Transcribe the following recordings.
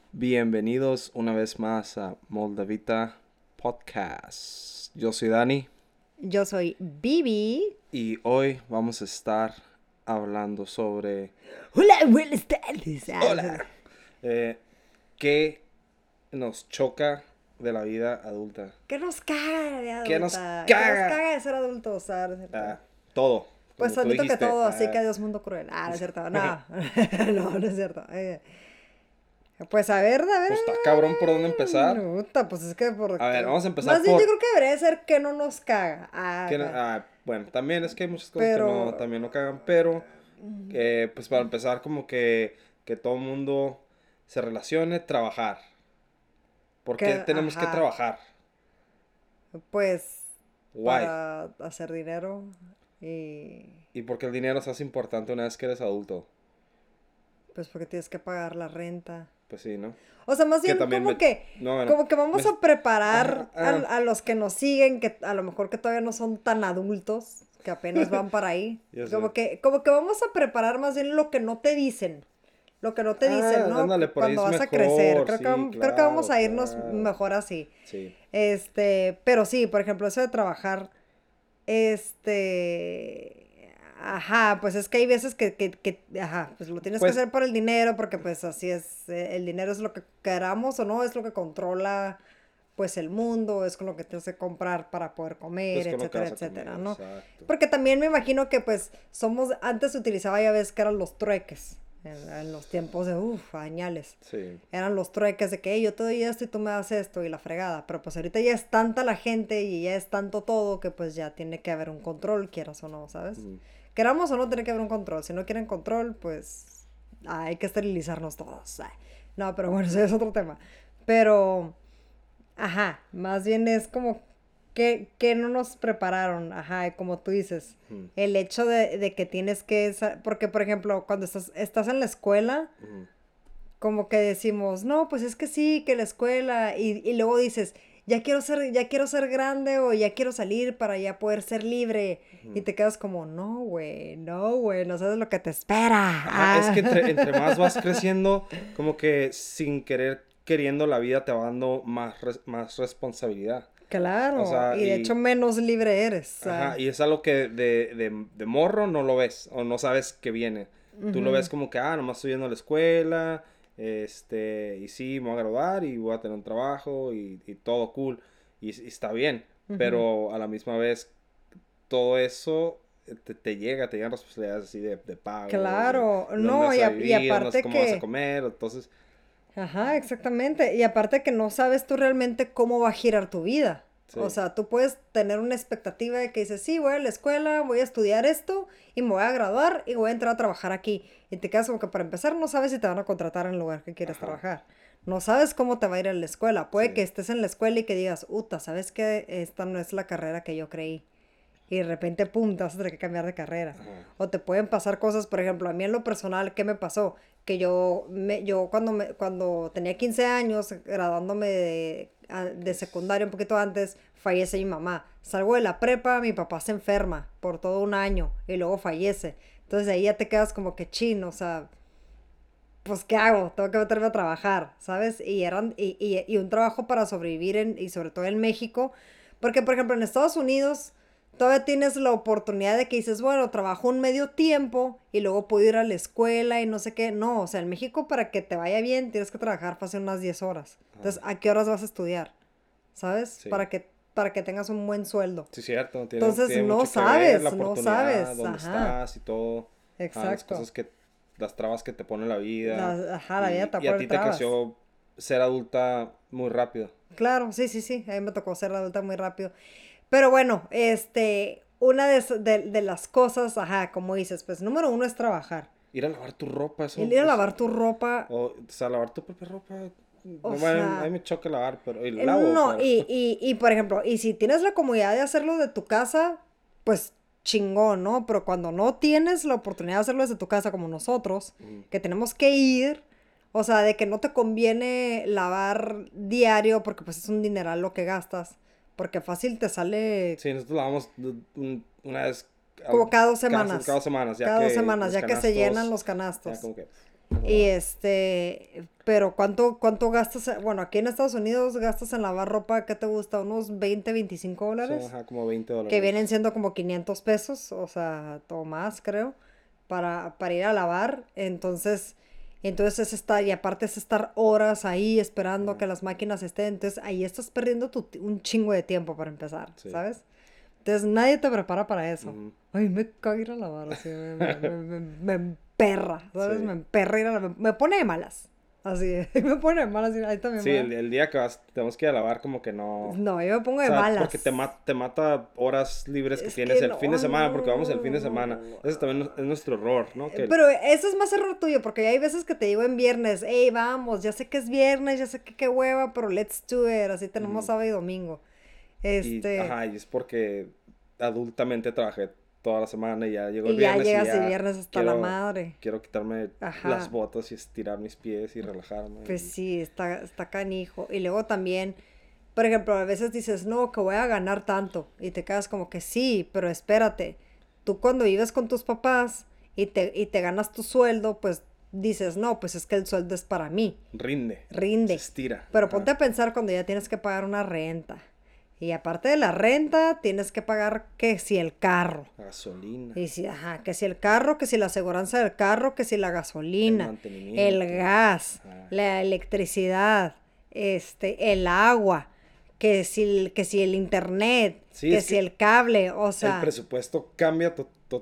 Bienvenidos una vez más a Moldavita Podcast. Yo soy Dani Yo soy Bibi. y hoy vamos a estar hablando sobre Hola, buenas tardes. Hola. ¿Qué nos choca de la vida adulta? ¿Qué nos caga de adulta? ¿Qué nos ¿Qué nos caga? caga de ser adultos? ¿Sabes? Todo. Pues Como tú admito que dijiste, todo, así que adiós mundo cruel. No es cierto. No, no es cierto. Pues a ver. Pues está cabrón por dónde empezar. Puta, pues es que por... A ver, vamos a empezar Más bien por... yo creo que debería ser que no nos caga. Bueno, también es que hay muchas cosas Pero... que no, también no cagan, pero pues para empezar como que todo el mundo se relacione, trabajar. ¿Por qué tenemos que trabajar? Pues Why? para hacer dinero y... ¿Y por qué el dinero se hace importante una vez que eres adulto? Pues porque tienes que pagar la renta. Pues sí, ¿no? O sea, más Que bien también no, bueno, como que vamos a preparar Ajá, a los que nos siguen, que a lo mejor que todavía no son tan adultos, que apenas van para ahí. ya sé. Como que vamos a preparar más bien lo que no te dicen. Lo que no te dicen, ¿no? Ándale, por ahí Cuando es vas a mejor, crecer. sí, Creo que vamos a irnos claro. mejor así. Sí. Pero sí, por ejemplo, eso de trabajar, ajá, pues es que hay veces ajá, pues lo tienes que Pues, hacer por el dinero, porque pues así es, el dinero es lo que queramos o no, es lo que controla pues el mundo, es con lo que tienes que comprar para poder comer, pues con lo que etcétera, vas a etcétera, comer, ¿no? exacto. Porque también me imagino que pues antes se utilizaba, ya ves que eran los trueques, en los tiempos de, añales. Sí. Eran los trueques de que "Hey, yo te doy esto y tú me das esto", y la fregada. Pero pues ahorita ya es tanta la gente y ya es tanto todo que pues ya tiene que haber un control, quieras o no, ¿sabes? Mm. Queramos o no, tiene que haber un control. Si no quieren control, pues hay que esterilizarnos todos. No, pero bueno, ese es otro tema. Pero, ajá, más bien es como que no nos prepararon, ajá, y como tú dices, Mm. el hecho de que tienes que, porque por ejemplo, cuando estás en la escuela, Mm. como que decimos, no, pues es que sí, que la escuela, y luego dices, ya quiero ser grande o ya quiero salir para ya poder ser libre. Y te quedas como, no, güey, no sabes lo que te espera. Ajá, es que entre más vas creciendo, como que sin querer, queriendo, la vida te va dando más responsabilidad. O Claro, sea, y de hecho menos libre eres. ajá, y es algo que de morro no lo ves, o no sabes que viene. Tú lo ves como que, nomás estoy yendo a la escuela, y sí, me voy a graduar y voy a tener un trabajo y todo cool, y está bien. Pero a la misma vez, todo eso te llegan responsabilidades así de pago, de Claro, dónde no, vas a y vivir, dónde aparte cómo vas a que, comer, entonces, ajá, exactamente, y aparte que no sabes tú realmente cómo va a girar tu vida. O sí, sea, tú puedes tener una expectativa de que dices, sí, voy a la escuela, voy a estudiar esto y me voy a graduar y voy a entrar a trabajar aquí. Y te quedas como que para empezar no sabes si te van a contratar en el lugar que quieres ajá, trabajar. No sabes cómo te va a ir en la escuela. Puede sí, que estés en la escuela y que digas, ¿sabes qué? Esta no es la carrera que yo creí. Y de repente, pum, te vas a tener que cambiar de carrera. ajá, O te pueden pasar cosas, por ejemplo, a mí en lo personal, ¿qué me pasó? Que yo cuando tenía 15 años, graduándome de secundaria un poquito antes, fallece mi mamá. Salgo de la prepa, mi papá se enferma por todo un año y luego fallece. Entonces ahí ya te quedas como que chin, o sea, pues ¿qué hago? Tengo que meterme a trabajar, ¿sabes? Y un trabajo para sobrevivir y sobre todo en México, porque por ejemplo en Estados Unidos todavía tienes la oportunidad de que dices, bueno, trabajo un medio tiempo y luego puedo ir a la escuela y no sé qué. No, o sea, en México para que te vaya bien tienes que trabajar fácil unas 10 horas. ajá, Entonces, ¿a qué horas vas a estudiar? ¿Sabes? sí. Para que tengas un buen sueldo. Sí, cierto, Entonces, tiene mucho que ver la no oportunidad, sabes. dónde Ajá, estás y todo, las exacto. cosas las trabas que te pone la vida. Ajá, la vida te va a Y a poner ti te trabas. creció ser adulta muy rápido. Claro, sí. A mí me tocó ser adulta muy rápido. Pero bueno, una de las cosas, ajá, como dices, pues número uno es trabajar. Ir a lavar tu ropa, El ir a lavar tu ropa, o sea, lavar tu propia ropa. o No, bueno, a mí sea, me choca lavar, pero, y lavo, no, pero, y por ejemplo, y si tienes la comodidad de hacerlo de tu casa, pues chingón, ¿no? Pero cuando no tienes la oportunidad de hacerlo desde tu casa como nosotros, mm, que tenemos que ir, o sea, de que no te conviene lavar diario porque pues es un dineral lo que gastas, porque fácil te sale sí, nosotros lavamos una vez, como cada dos cada semanas. semanas, ya Cada dos que semanas, los ya que se llenan canastos, los ya canastos. como que, Y no, Pero ¿cuánto gastas? Bueno, aquí en Estados Unidos gastas en lavar ropa, ¿qué te gusta? Unos 20, 25 O sea, dólares. ajá, como 20 Que dólares. vienen siendo como 500 pesos, o sea, o más, creo, para ir a lavar. Entonces es estar, y aparte es estar horas ahí esperando Ajá, que las máquinas estén. Entonces ahí estás perdiendo un chingo de tiempo para empezar, sí. ¿sabes? Entonces nadie te prepara para eso. Ujú. Ay, me cago ir a lavar, así, me emperra, ¿sabes? Me Sí. emperra ir a lavar, me pone de malas, así, me pone de malas, y ahí también Sí, me el, da. el día que vas, tenemos que ir a lavar como que no... No, yo me pongo O de sea, porque te, malas. te mata horas libres que Es tienes que el no, fin de semana, porque vamos el fin de no, semana. no, no. Ese también es nuestro error, ¿no? Que, Pero eso es más error tuyo, porque hay veces que te digo en viernes, hey, vamos, ya sé que es viernes, ya sé que qué hueva, pero let's do it, así tenemos ujú. sábado y domingo. Ajá, y es porque adultamente trabajé toda la semana y ya llegó el Y ya viernes y llegas el ya viernes hasta la quiero, madre. quiero quitarme las Ajá, botas y estirar mis pies y relajarme. pues sí, está canijo. Y luego también, por ejemplo, a veces dices, no, que voy a ganar tanto. Y te quedas como que sí, pero espérate. Tú cuando vives con tus papás y te ganas tu sueldo, pues dices, no, pues es que el sueldo es para mí. Rinde, se Rinde. estira. Pero Ajá. ponte a pensar cuando ya tienes que pagar una renta. Y aparte de la renta, tienes que pagar que si el carro. Gasolina, Y si, ajá, que si el carro, que si la aseguranza del carro, que si la el gasolina, el mantenimiento. gas, Ajá. la electricidad, el agua, que si el internet, Sí, que es si que el cable, o el sea, presupuesto cambia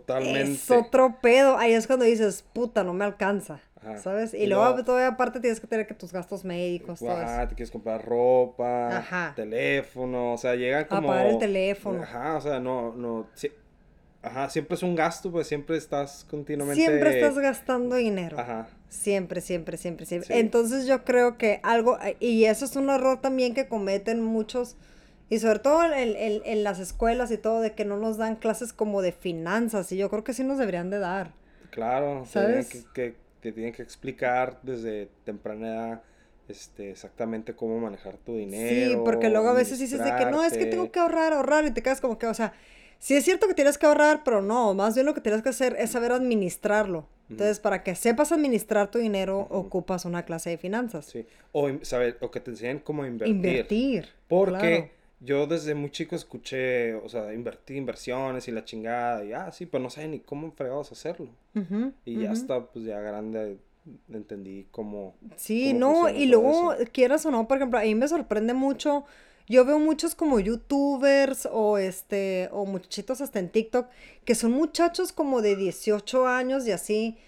es totalmente. otro pedo. Ahí es cuando dices, puta, no me alcanza, Ajá. ¿sabes? Y Y luego luego, todavía aparte tienes que tener que tus gastos médicos, todo eso. ajá, te quieres comprar ropa, Ajá, teléfono, o sea, llegan a pagar el como, teléfono. ajá, o sea, no, sí, ajá, siempre es un gasto, pues siempre estás Siempre estás continuamente, gastando dinero. ajá, Siempre, siempre, siempre, siempre. sí, Entonces yo creo que algo, y eso es un error también que cometen muchos, y sobre todo en las escuelas y todo, de que no nos dan clases como de finanzas, y yo creo que sí nos deberían de dar, claro, ¿sabes? te tienen que explicar desde temprana edad, exactamente cómo manejar tu Sí, porque dinero, luego a veces dices de que no, es que tengo administrarte, que ahorrar, ahorrar, y te quedas como que, o sea, sí es cierto que tienes que ahorrar, pero no, más bien lo que tienes que hacer es saber administrarlo. ujú, Entonces, para que sepas administrar tu dinero, ujú. ocupas una clase de finanzas. Sí, o saber, o que te enseñen cómo invertir. Invertir, claro. Porque yo desde muy chico escuché, o sea, inversiones y la chingada, y sí, pero no sé ni cómo fregados hacerlo. Ujú, Y ya ujú. hasta, pues ya grande, entendí Sí, cómo no, funciona y todo luego, eso. quieras o no, por ejemplo, a mí me sorprende mucho, yo veo muchos como youtubers o muchachitos hasta en TikTok, que son muchachos como de 18 años y así,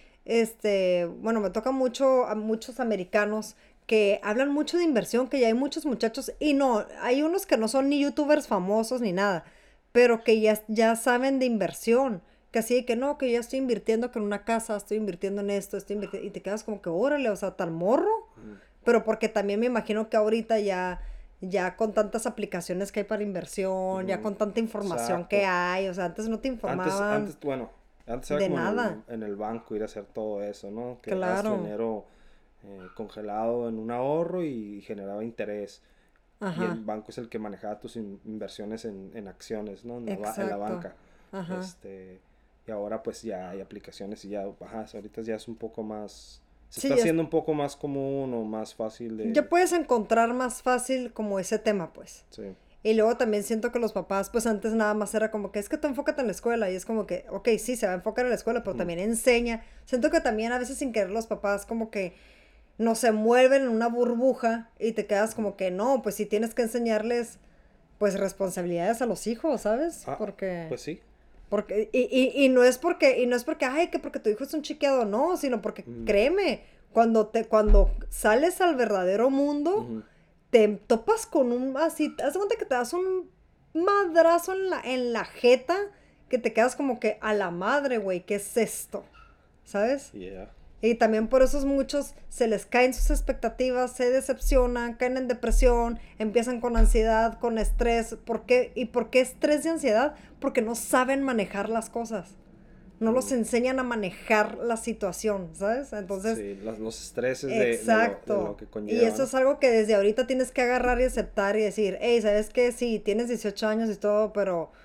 bueno, me toca mucho a muchos americanos que hablan mucho de inversión, que ya hay muchos muchachos, y no, hay unos que no son ni youtubers famosos ni nada, pero que ya saben de inversión. Que así de que no, que ya estoy invirtiendo que en una casa, estoy invirtiendo en esto, estoy invirtiendo, y te quedas como que, órale, o sea, tan morro. Ujú. Pero porque también me imagino que ahorita ya con tantas aplicaciones que hay para inversión, ya Ujú. con tanta información que Exacto. hay, o sea, antes no te informaban Bueno, antes era de como en nada. el banco ir a hacer todo eso, ¿no? Que dejabas tu Claro, dinero congelado en un ahorro y generaba interés. Y el ajá, banco es el que manejaba tus inversiones en acciones, ¿no? En la exacto, banca. ajá. Y ahora pues ya hay aplicaciones y ya, ahorita ya es un poco más, se Sí, está haciendo un poco más común o más fácil ya de, puedes encontrar más fácil como ese tema, pues. sí. Y luego también siento que los papás, pues antes nada más era como que es que tú enfócate en la escuela y es como que, ok, sí, se va a enfocar en la escuela, pero Ujú, también enseña. Siento que también a veces sin querer los papás como que no se mueven en una burbuja y te quedas ujú. como que no, pues sí tienes que enseñarles pues responsabilidades a los hijos, ¿sabes? Porque, Pues sí. porque, y no es porque, ay, que porque tu hijo es un chiqueado, no, sino porque Ujú, créeme, cuando sales al verdadero mundo, ujú. te topas con así, haz de cuenta que te das un madrazo en la jeta, que te quedas como que a la madre, güey, ¿qué es esto? ¿Sabes? Yeah. Y también por eso muchos se les caen sus expectativas, se decepcionan, caen en depresión, empiezan con ansiedad, con estrés. ¿Por qué? ¿Y por qué estrés y ansiedad? Porque no saben manejar las cosas. No los Mm, enseñan a manejar la situación, ¿sabes? Entonces, sí, los estreses de lo exacto. que Y conlleva, eso ¿no? es algo que desde ahorita tienes que agarrar y aceptar y decir, hey, ¿sabes qué? Sí, tienes 18 años y todo, pero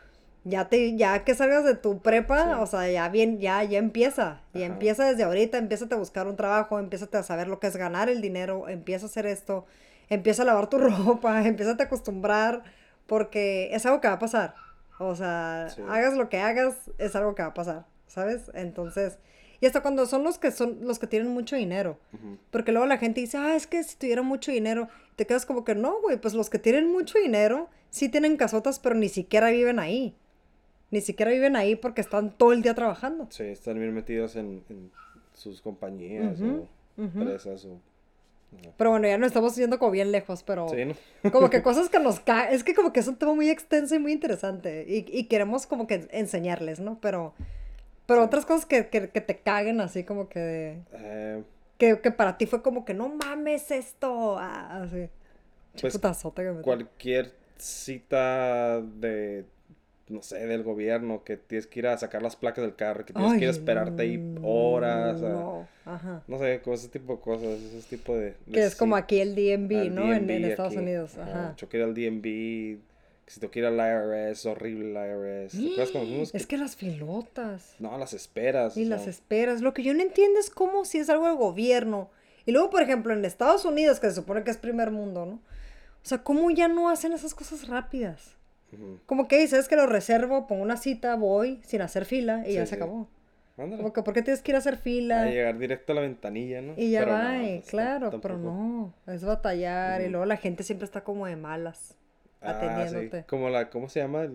Ya que salgas de tu prepa, Sí. o sea, ya empieza. Ya Ajá. empieza desde ahorita, empieza a buscar un trabajo, empieza a saber lo que es ganar el dinero, empieza a hacer esto, empieza a lavar tu ropa, empieza a acostumbrar, porque es algo que va a pasar. O sea, Sí. hagas lo que hagas, es algo que va a pasar, ¿sabes? Entonces, y hasta cuando son los que tienen mucho dinero. Ujú. Porque luego la gente dice, es que si tuviera mucho dinero, te quedas como que no, güey, pues los que tienen mucho dinero sí tienen casotas, pero ni siquiera viven ahí. Ni siquiera viven ahí porque están todo el día trabajando. Sí, están bien metidos en sus compañías Ujú, o ujú. empresas o... Ajá. Pero bueno, ya nos estamos yendo como bien lejos, pero Sí, ¿no? como que cosas que nos caen, es que como que es un tema muy extenso y muy interesante y queremos como que enseñarles, ¿no? Pero Sí. otras cosas que te caguen así como Eh, que para ti fue como que no mames esto, así. pues Putazote que me cualquier cita de, no sé, del gobierno, que tienes que ir a sacar las placas del carro, que tienes que ir a Ay, esperarte ahí horas, no, ajá. no sé, como ese tipo de cosas, ese tipo de Que es como sí, aquí el DMV, al ¿no? En DMV Estados aquí, Unidos, ajá, ajá. yo quiero ir al DMV, que si tengo que ir al IRS, es horrible el IRS, ¿te acuerdas cuando fuimos Es que, que las filotas no, las esperas, o y las sea, esperas. Lo que yo no entiendo es cómo si es algo del gobierno. Y luego, por ejemplo, en Estados Unidos, que se supone que es primer mundo, ¿no? O sea, ¿cómo ya no hacen esas cosas rápidas? ujú. Como que dices que lo reservo, pongo una cita, voy sin hacer fila y ya Sí, se sí, acabó. ándale, Como que, ¿por qué tienes que ir a hacer a fila? llegar directo a la ventanilla, ¿no? Y ya Pero va, no, y pues claro, pero tampoco, no, es batallar y ujú. luego la gente siempre está como de malas Ah, sí, atendiéndote. como la, ¿cómo se llama?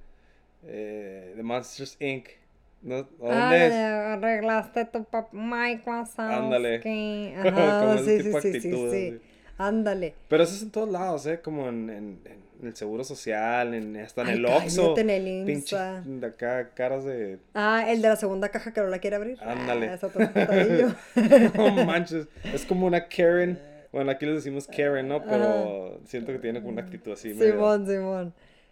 The Monsters Inc. ¿No? ¿A Ah, dónde es? arreglaste tu papá, Mike Ándale. Wazowski. Como Ajá, ese sí, sí, tipo de sí, sí, actitud, sí. así. Ándale. Pero eso es en todos lados, ¿eh? Como en el Seguro Social, hasta en Ay, el cállate Oxxo. en el Pinche IMSA. de acá, caras de... El de la segunda caja que no la quiere abrir. Ándale. Es otro putadillo. No manches. Es como una Karen. Bueno, aquí les decimos Karen, ¿no? Ajá. Pero siento que tiene como una actitud así medio... Simón, Simón.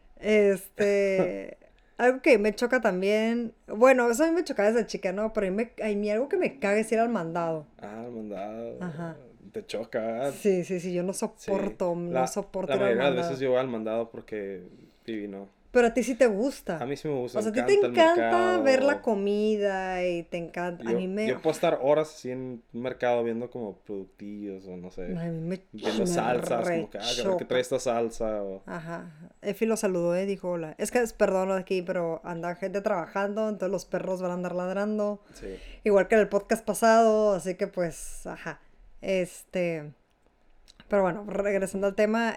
Este. Algo que me choca también. Bueno, eso a mí me choca desde chica, ¿no? Pero a mí algo que me caga es ir al mandado. Ah, mandado. Ajá. Te choca. Sí, sí, sí, yo Sí. no soporto La ir al mayoría de las veces mandado. yo voy al mandado porque Vivi no. Pero a ti sí te A gusta. mí sí me gusta, O me sea, a ti te encanta el encanta ver la mercado. comida y te encanta. A mí Yo puedo estar horas así en un mercado viendo como productillos o no sé, a mí viendo me salsas, como que, a ver qué trae rechoca. esta salsa o... Ajá. Efi lo saludó, dijo hola. Es que, perdón lo de aquí, pero anda gente trabajando, entonces los perros van a andar ladrando. Sí. Igual que en el podcast pasado, así que pues, ajá. Este. Pero bueno, regresando al tema,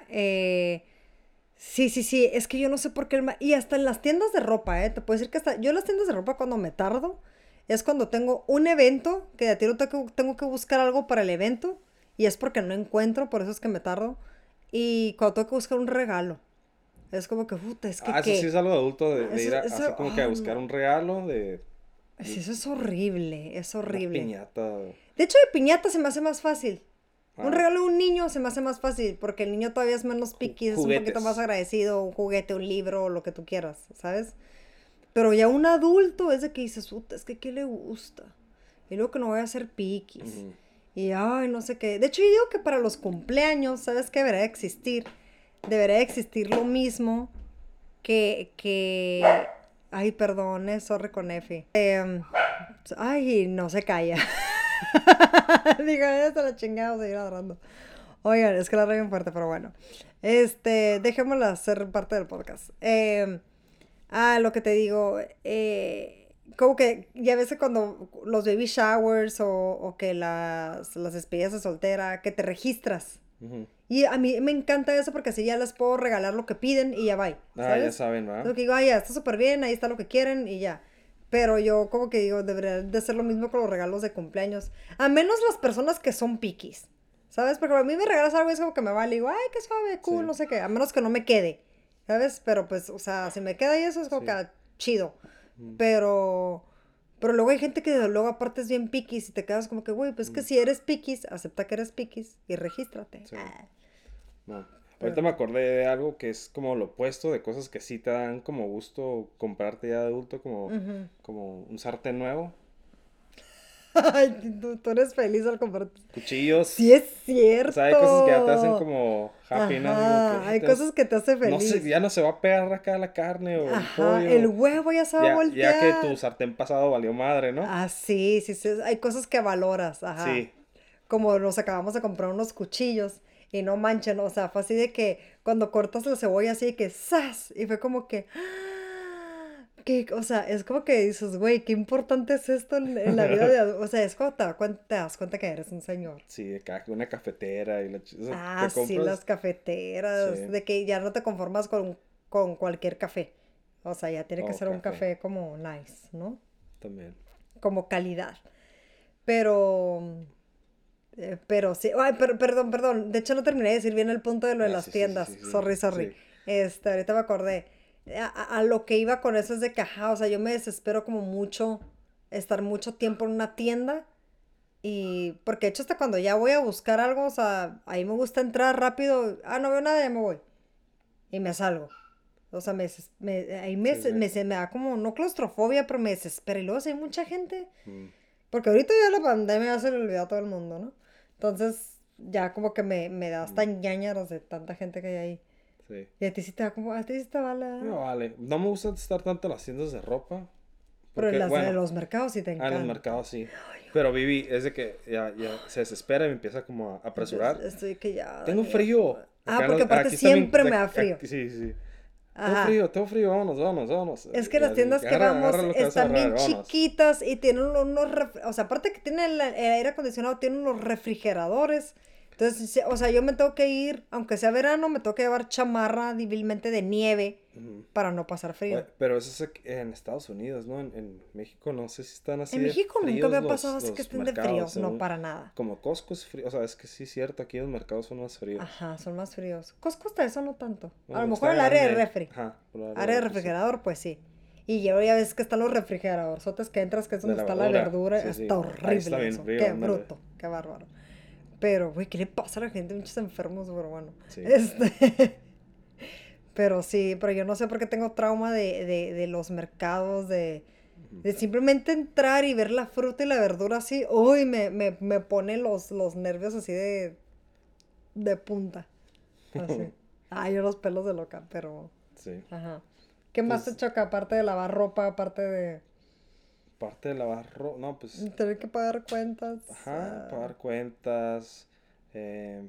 sí, sí, sí, es que yo no sé por qué y hasta en las tiendas de ropa, te puedo decir que hasta yo en las tiendas de ropa cuando me tardo es cuando tengo un evento, que a ti no tengo que buscar algo para el evento y es porque no encuentro, por eso es que me tardo. Y cuando tengo que buscar un regalo, es como que, puta, es que Ah, eso sí qué. es algo de adulto, de ir así como que a buscar No. un regalo, Sí, eso es horrible, es una horrible. piñata. De hecho, de piñata se me hace más fácil. Un Ah, regalo de un niño se me hace más fácil porque el niño todavía es menos picky, es un poquito más juguetes. agradecido, un juguete, un libro, o lo que tú quieras, ¿sabes? Pero ya un adulto es de que dices, puta, es que ¿qué le gusta? Y luego que no voy a hacer piquis. Ujú. Y ay, no sé qué. De hecho, yo digo que para los cumpleaños, ¿sabes qué debería existir? Debería existir lo mismo que... Ay, perdón, sorry con Efi. Ay, no se calla. Digo, esto la chingada, seguir ladrando. Oigan, es que la bien fuerte, pero bueno. Dejémosla ser parte del podcast. Lo que te digo, como que ya ves que cuando los baby showers o que las despedidas de soltera, que te registras. Ujú. Y a mí me encanta eso porque así ya les puedo regalar lo que piden y ya va, Ah, ya ¿sabes? saben, ¿va? Lo que digo, ya, está súper bien, ahí está lo que quieren y ya. Pero yo como que digo, debería de ser lo mismo con los regalos de cumpleaños. A menos las personas que son piquis, ¿sabes? Porque a mí me regalas algo y es como que me vale, y digo, ay, qué suave, cool, Sí, no sé qué. A menos que no me quede, ¿sabes? Pero pues, o sea, si me queda y eso es como que sí. chido. Ujú. Pero... Pero luego hay gente que luego aparte es bien piquis y te quedas como que, güey, pues que Mm, si eres piquis, acepta que eres piquis y regístrate. sí. No. Ahorita Pero... me acordé de algo que es como lo opuesto de cosas que sí te dan como gusto comprarte ya de adulto, como, Ujú. como un sartén nuevo. Ay, tú eres feliz al comprar. Cuchillos. Sí, es cierto. O sea, hay cosas que ya te hacen como happy, ¿no? Digo que Hay cosas que te hacen no sé, feliz. ya no se va a pegar acá la carne o el Ajá, el pollo. huevo ya se va a Ya que tu voltear. sartén pasado valió madre, ¿no? Ah, sí, sí, sí. Hay cosas que valoras, ajá. Sí. Como nos acabamos de comprar unos cuchillos y no manchen, o sea, fue así de que cuando cortas la cebolla así de que ¡zas! Y fue como que, o sea, es como que dices, güey, qué importante es esto en la vida o sea, es cuando te das cuenta que eres un señor. Sí, de acá, una cafetera y o sea, Ah, te sí, las compras. cafeteras, Sí, de que ya no te conformas con cualquier café. O sea, ya tiene que oh, ser un café, café como nice, ¿no? también. Como calidad. Pero, pero sí, ay, perdón. De hecho, no terminé de decir bien el punto de lo de Ah, las sí, sí, sí, tiendas. sí, sí, Sorry. sí. Ahorita me acordé. A lo que iba con eso es de que, ajá, o sea, yo me desespero como mucho estar mucho tiempo en una tienda. Y porque de hecho hasta cuando ya voy a buscar algo, o sea, ahí me gusta entrar rápido. Ah, no veo nada, ya me voy. Y me salgo. O sea, ahí Sí, sí. se me da como, no claustrofobia, pero me desespera. Y luego si hay mucha gente. Mm, Porque ahorita ya la pandemia ya se le olvidó a todo el mundo, ¿no? Entonces, ya como que me da hasta mm, ñáñaros de tanta gente que hay ahí. sí. Y a ti sí te da como, a ti sí te vale, ¿ah? No, vale. No me gusta estar tanto en las tiendas de ropa. Pero en Porque, las de bueno, los mercados sí te en los encanta. mercados sí. Pero Vivi es de que ya se desespera y me empieza como a apresurar. Estoy que ya, Tengo Daniel. frío. Ah, porque aparte Aquí está mi. siempre me da frío. Sí, sí. Ajá. Tengo frío, vámonos. Es que Y las así, tiendas que vamos agarra lo que vas a están agarrar, bien vámonos. chiquitas y tienen o sea, aparte que tienen el aire acondicionado, tienen unos refrigeradores. Entonces, o sea, yo me tengo que ir, aunque sea verano, me tengo que llevar chamarra débilmente de nieve Ujú. para no pasar Oye, frío. pero eso es en Estados Unidos, ¿no? En México no sé si están así En de México nunca me fríos ha pasado así que los estén de frío, mercados, no, según. para nada. Como Costco es frío. O sea, es que sí es cierto, aquí los mercados son más fríos. Ajá, son más fríos. Costco hasta eso no tanto. A Bueno, lo porque mejor está el área de grande. refri. Ajá, por la área Área de de refri, sí. refrigerador, pues sí. Y yo ya ves que están los refrigeradorzotes que entras, que es De donde la está la verdura. verdura. Sí, Está sí. Ahí está horrible bien eso. frío, Qué ándale. bruto, qué bárbaro. Pero, güey, ¿qué le pasa a la gente? Muchos enfermos, pero bueno. Sí. Pero sí, pero yo no sé por qué tengo trauma de los mercados, de simplemente entrar y ver la fruta y la verdura así. Uy, me pone los nervios así de punta. Así. Ay, yo los pelos de loca, pero... Sí. Ajá. ¿Qué más te Pues, choca aparte de lavar ropa, aparte de parte de lavar ropa. No, pues. tener que pagar cuentas? Ajá, pagar cuentas. eh,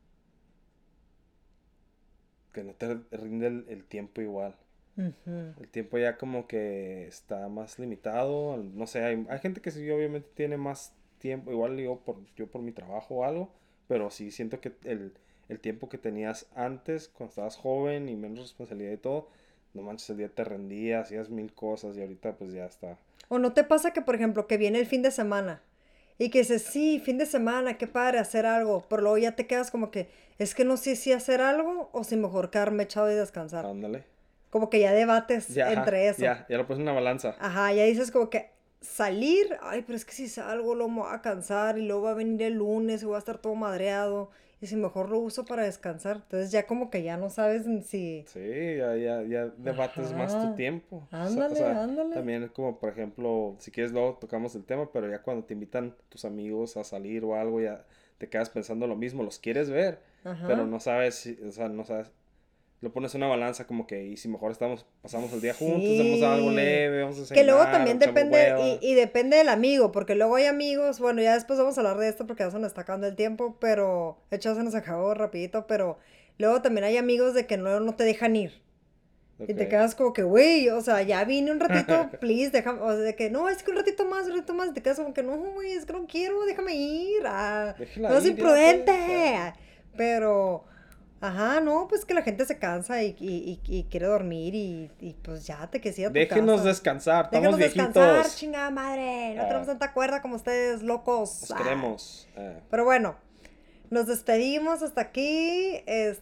que no te rinde el tiempo igual. Ujú. El tiempo ya como que está más limitado. No sé, hay gente que sí obviamente tiene más tiempo. Igual yo por mi trabajo o algo. Pero sí siento que el tiempo que tenías antes, cuando estabas joven y menos responsabilidad y todo, no manches, el día te rendía, hacías mil cosas y ahorita pues ya está. ¿O no te pasa que, por ejemplo, que viene el fin de semana y que dices, sí, fin de semana, qué padre hacer algo, pero luego ya te quedas como que, es que no sé si hacer algo o si mejor quedarme echado y descansar? Ándale. Como que ya debates Ya, ajá, entre eso. ya lo pones en una balanza. Ajá, ya dices como que salir, ay, pero es que si salgo lo me voy a cansar y luego va a venir el lunes y voy a estar todo madreado. Y si mejor lo uso para descansar. Entonces ya como que ya no sabes ni si... Sí, ya debates más tu Ajá, tiempo. O ándale, sea, ándale. también como por ejemplo, si quieres luego tocamos el tema, pero ya cuando te invitan tus amigos a salir o algo, ya te quedas pensando lo mismo, los quieres ver, pero Ajá. no sabes, o sea, no sabes, lo pones en una balanza como que, y si mejor pasamos el día juntos, hacemos algo Sí. leve, vamos a Que luego cenar, o también echamos depende, hueva. y depende del amigo, porque luego hay amigos, bueno, ya después vamos a hablar de esto porque ya se nos está acabando el tiempo, pero, de hecho se nos acabó rapidito, pero luego también hay amigos de que no te dejan ir. Y Ok. te quedas como que, güey, o sea, ya vine un ratito, please, déjame, o sea, de que, no, es que un ratito más, y te quedas como que, no, güey, es que no quiero, déjame ir, Déjela no es ir, ya pues. imprudente, pero, ajá, no, pues que la gente se cansa y quiere dormir pues ya te que ir a tu Déjenos casa. descansar, estamos Déjanos descansar, viejitos. chingada madre, no tenemos Ah, tanta cuerda como ustedes, locos. Nos queremos. Pero bueno. Nos despedimos hasta aquí.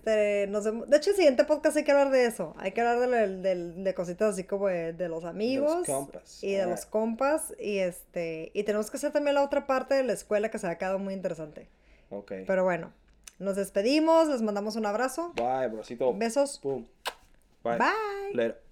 De hecho, el siguiente podcast hay que hablar de eso. Hay que hablar de cositas así como de los De los amigos compas. y de los compas. Y tenemos que hacer también la otra parte de la escuela que se ha quedado muy interesante. Ok. Pero bueno, nos despedimos. Les mandamos un abrazo. Bye, brocito. Besos. Boom. Bye. Bye. Later.